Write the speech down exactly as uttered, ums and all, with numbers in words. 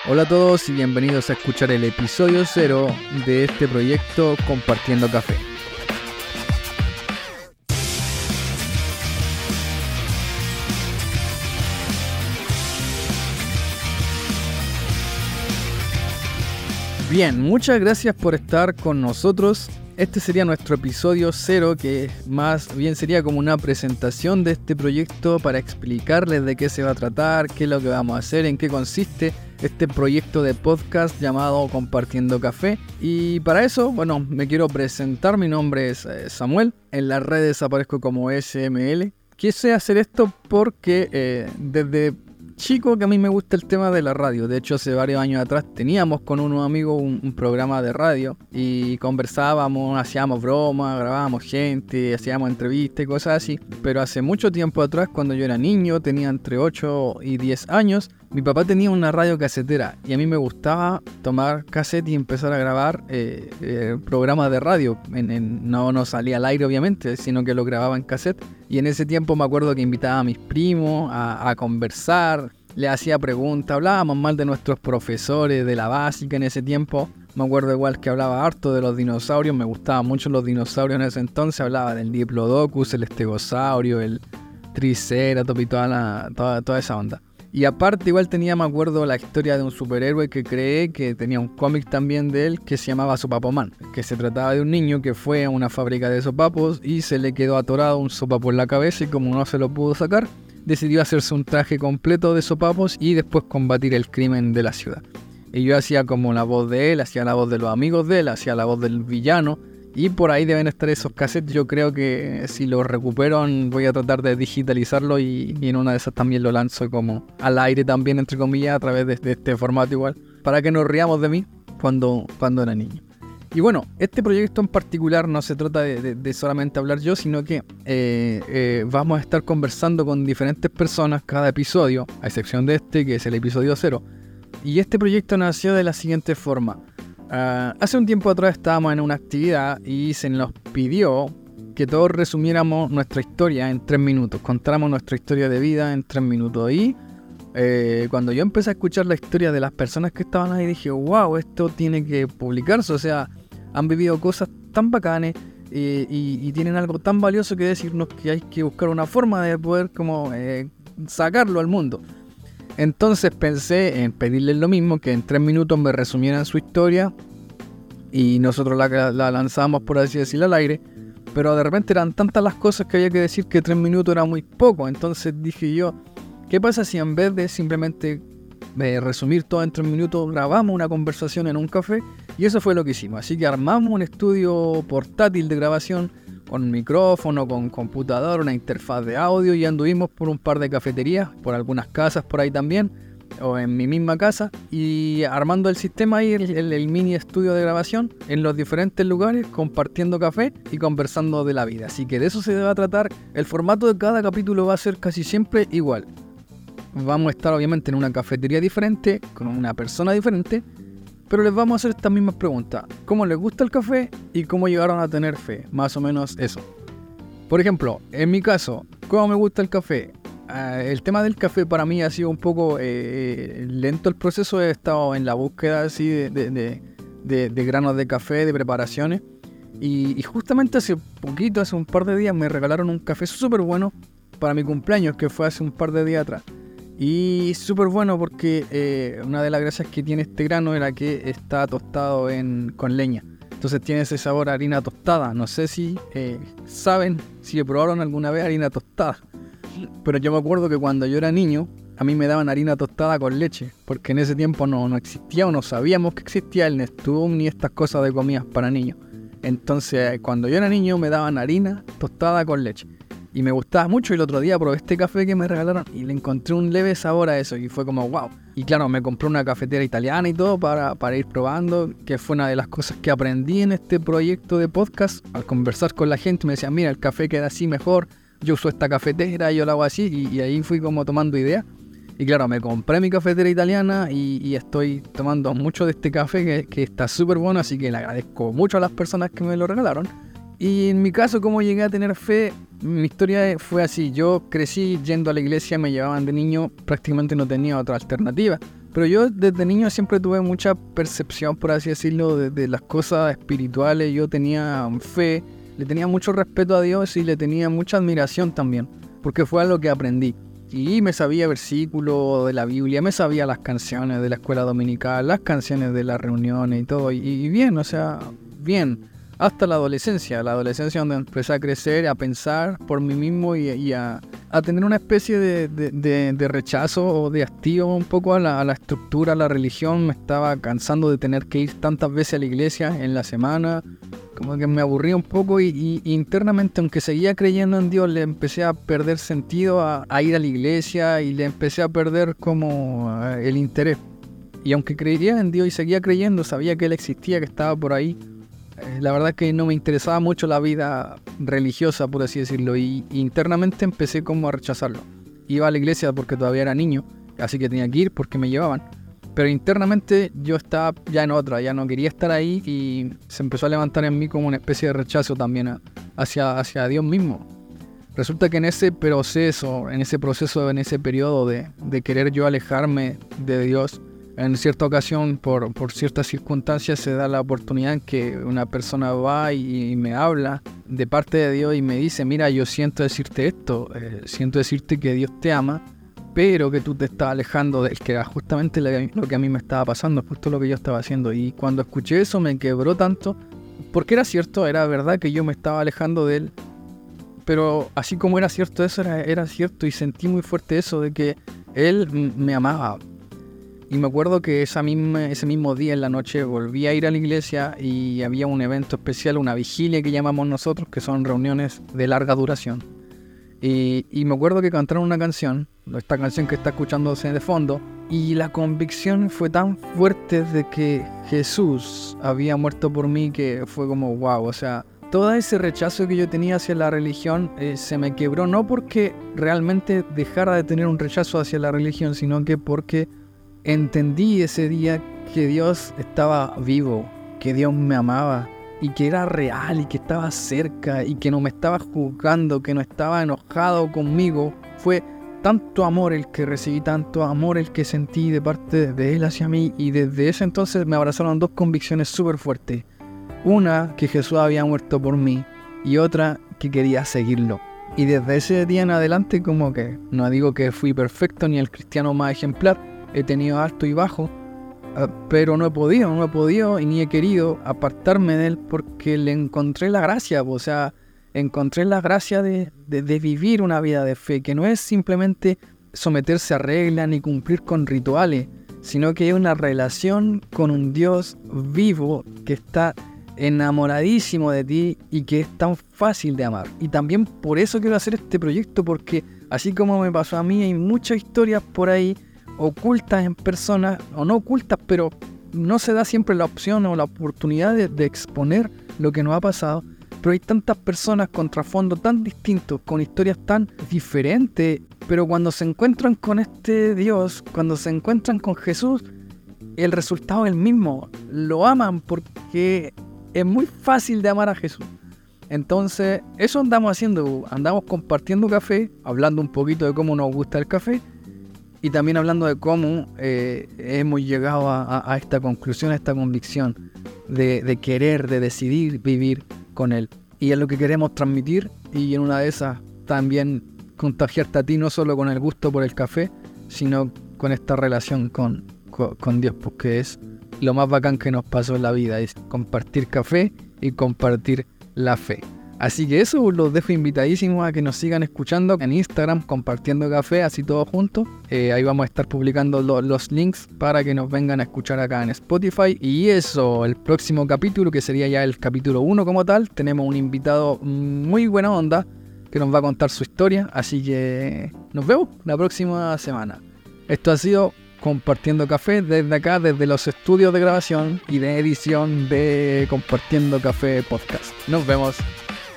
Hola a todos y bienvenidos a escuchar el episodio cero de este proyecto Compartiendo Café. Bien, muchas gracias por estar con nosotros. Este sería nuestro episodio cero, que más bien sería como una presentación de este proyecto para explicarles de qué se va a tratar, qué es lo que vamos a hacer, en qué consiste este proyecto de podcast llamado Compartiendo Café. Y para eso, bueno, me quiero presentar. Mi nombre es Samuel. En las redes aparezco como S M L. Quise hacer esto porque eh, desde chico que a mí me gusta el tema de la radio. De hecho, hace varios años atrás teníamos con unos amigos un, un programa de radio y conversábamos, hacíamos bromas, grabábamos gente, hacíamos entrevistas y cosas así. Pero hace mucho tiempo atrás, cuando yo era niño, tenía entre ocho y diez años, mi papá tenía una radio casetera y a mí me gustaba tomar cassette y empezar a grabar eh, eh, programas de radio. En, en, no, no salía al aire obviamente, sino que lo grababa en cassette. Y en ese tiempo me acuerdo que invitaba a mis primos a, a conversar, le hacía preguntas, hablábamos mal de nuestros profesores de la básica en ese tiempo. Me acuerdo igual que hablaba harto de los dinosaurios, me gustaban mucho los dinosaurios en ese entonces. Hablaba del Diplodocus, el estegosaurio, el Triceratops y toda, la, toda, toda esa onda. Y aparte igual tenía, me acuerdo, la historia de un superhéroe que creé, que tenía un cómic también de él que se llamaba Sopapoman, que se trataba de un niño que fue a una fábrica de sopapos y se le quedó atorado un sopapo en la cabeza y como no se lo pudo sacar, decidió hacerse un traje completo de sopapos y después combatir el crimen de la ciudad. Y yo hacía como la voz de él, hacía la voz de los amigos de él, hacía la voz del villano. Y por ahí deben estar esos cassettes. Yo creo que si los recupero voy a tratar de digitalizarlo y, y en una de esas también lo lanzo como al aire también, entre comillas, a través de, de este formato igual, para que nos riamos de mí cuando, cuando era niño. Y bueno, este proyecto en particular no se trata de, de, de solamente hablar yo, sino que eh, eh, vamos a estar conversando con diferentes personas cada episodio, a excepción de este, que es el episodio cero. Y este proyecto nació de la siguiente forma. Uh, hace un tiempo atrás estábamos en una actividad y se nos pidió que todos resumiéramos nuestra historia en tres minutos. Contáramos nuestra historia de vida en tres minutos. Y eh, cuando yo empecé a escuchar la historia de las personas que estaban ahí, dije, wow, esto tiene que publicarse. O sea, han vivido cosas tan bacanes eh, y, y tienen algo tan valioso que decirnos que hay que buscar una forma de poder como eh, sacarlo al mundo. Entonces pensé en pedirles lo mismo, que en tres minutos me resumieran su historia y nosotros la, la lanzamos, por así decirlo, al aire. Pero de repente eran tantas las cosas que había que decir que tres minutos era muy poco. Entonces dije yo, ¿qué pasa si en vez de simplemente de resumir todo en tres minutos, grabamos una conversación en un café? Y eso fue lo que hicimos. Así que armamos un estudio portátil de grabación con micrófono, con computador, una interfaz de audio y anduvimos por un par de cafeterías, por algunas casas por ahí también, o en mi misma casa, y armando el sistema ahí, el, el, el mini estudio de grabación en los diferentes lugares, compartiendo café y conversando de la vida. Así que de eso se va a tratar. El formato de cada capítulo va a ser casi siempre igual. Vamos a estar obviamente en una cafetería diferente, con una persona diferente, pero les vamos a hacer estas mismas preguntas. ¿Cómo les gusta el café y cómo llegaron a tener fe? Más o menos eso. Por ejemplo, en mi caso, ¿cómo me gusta el café? Uh, el tema del café para mí ha sido un poco eh, lento el proceso. He estado en la búsqueda así de, de, de, de, de granos de café, de preparaciones. Y, y justamente hace poquito, hace un par de días, me regalaron un café súper bueno para mi cumpleaños, que fue hace un par de días atrás. Y súper bueno porque eh, una de las gracias que tiene este grano era que está tostado en, con leña. Entonces tiene ese sabor a harina tostada. No sé si eh, saben, si probaron alguna vez harina tostada. Pero yo me acuerdo que cuando yo era niño, a mí me daban harina tostada con leche. Porque en ese tiempo no, no existía o no sabíamos que existía el Nestum ni estas cosas de comidas para niños. Entonces cuando yo era niño me daban harina tostada con leche. Y me gustaba mucho y el otro día probé este café que me regalaron y le encontré un leve sabor a eso y fue como wow. Y claro, me compré una cafetera italiana y todo para, para ir probando, que fue una de las cosas que aprendí en este proyecto de podcast. Al conversar con la gente me decían, mira, el café queda así mejor, yo uso esta cafetera, yo lo hago así y, y ahí fui como tomando ideas. Y claro, me compré mi cafetera italiana y, y estoy tomando mucho de este café que, que está súper bueno, así que le agradezco mucho a las personas que me lo regalaron. Y en mi caso, ¿cómo llegué a tener fe? Mi historia fue así. Yo crecí yendo a la iglesia, me llevaban de niño, prácticamente no tenía otra alternativa. Pero yo desde niño siempre tuve mucha percepción, por así decirlo, de, de las cosas espirituales. Yo tenía fe, le tenía mucho respeto a Dios y le tenía mucha admiración también, porque fue algo que aprendí. Y me sabía versículos de la Biblia, me sabía las canciones de la escuela dominical, las canciones de las reuniones y todo. Y, y bien, o sea, bien. Hasta la adolescencia, la adolescencia donde empecé a crecer, a pensar por mí mismo y, y a, a tener una especie de, de, de, de rechazo o de hastío un poco a la, a la estructura, a la religión. Me estaba cansando de tener que ir tantas veces a la iglesia en la semana, como que me aburría un poco y, y, y internamente, aunque seguía creyendo en Dios, le empecé a perder sentido a, a ir a la iglesia y le empecé a perder como uh, el interés. Y aunque creía en Dios y seguía creyendo, sabía que Él existía, que estaba por ahí. La verdad es que no me interesaba mucho la vida religiosa, por así decirlo, y internamente empecé como a rechazarlo. Iba a la iglesia porque todavía era niño, así que tenía que ir porque me llevaban. Pero internamente yo estaba ya en otra, ya no quería estar ahí y se empezó a levantar en mí como una especie de rechazo también a, hacia, hacia Dios mismo. Resulta que en ese proceso, en ese proceso, en ese periodo de, de querer yo alejarme de Dios, en cierta ocasión, por, por ciertas circunstancias, se da la oportunidad en que una persona va y, y me habla de parte de Dios y me dice: mira, yo siento decirte esto, eh, siento decirte que Dios te ama, pero que tú te estás alejando de Él, que era justamente lo que a mí me estaba pasando, justo lo que yo estaba haciendo. Y cuando escuché eso me quebró tanto, porque era cierto, era verdad que yo me estaba alejando de Él, pero así como era cierto eso, era, era cierto, y sentí muy fuerte eso de que Él m- me amaba. Y me acuerdo que esa misma, ese mismo día en la noche volví a ir a la iglesia y había un evento especial, una vigilia que llamamos nosotros, que son reuniones de larga duración. Y, y me acuerdo que cantaron una canción, esta canción que está escuchándose de fondo, y la convicción fue tan fuerte de que Jesús había muerto por mí que fue como wow, o sea, todo ese rechazo que yo tenía hacia la religión eh, se me quebró, no porque realmente dejara de tener un rechazo hacia la religión, sino que porque entendí ese día que Dios estaba vivo, que Dios me amaba y que era real y que estaba cerca y que no me estaba juzgando, que no estaba enojado conmigo. Fue tanto amor el que recibí, tanto amor el que sentí de parte de Él hacia mí, y desde ese entonces me abrazaron dos convicciones súper fuertes. Una, que Jesús había muerto por mí, y otra, que quería seguirlo. Y desde ese día en adelante, como que no digo que fui perfecto ni el cristiano más ejemplar, he tenido alto y bajo, uh, pero no he podido, no he podido y ni he querido apartarme de Él porque le encontré la gracia, o sea, encontré la gracia de, de, de vivir una vida de fe, que no es simplemente someterse a reglas ni cumplir con rituales, sino que es una relación con un Dios vivo que está enamoradísimo de ti y que es tan fácil de amar. Y también por eso quiero hacer este proyecto, porque así como me pasó a mí, hay muchas historias por ahí ocultas en personas, o no ocultas, pero no se da siempre la opción o la oportunidad de, de exponer lo que nos ha pasado. Pero hay tantas personas con trasfondos tan distintos, con historias tan diferentes, pero cuando se encuentran con este Dios, cuando se encuentran con Jesús, el resultado es el mismo. Lo aman porque es muy fácil de amar a Jesús. Entonces, eso andamos haciendo, andamos compartiendo café, hablando un poquito de cómo nos gusta el café, y también hablando de cómo eh, hemos llegado a, a, a esta conclusión, a esta convicción de, de querer, de decidir vivir con Él. Y es lo que queremos transmitir, y en una de esas también contagiarte a ti, no solo con el gusto por el café, sino con esta relación con, con, con Dios, porque es lo más bacán que nos pasó en la vida, es compartir café y compartir la fe. Así que eso, los dejo invitadísimos a que nos sigan escuchando en Instagram, compartiendo café, así todos juntos. Eh, ahí vamos a estar publicando lo, los links para que nos vengan a escuchar acá en Spotify. Y eso, el próximo capítulo, que sería ya el capítulo uno como tal, tenemos un invitado muy buena onda que nos va a contar su historia. Así que nos vemos la próxima semana. Esto ha sido Compartiendo Café desde acá, desde los estudios de grabación y de edición de Compartiendo Café Podcast. Nos vemos.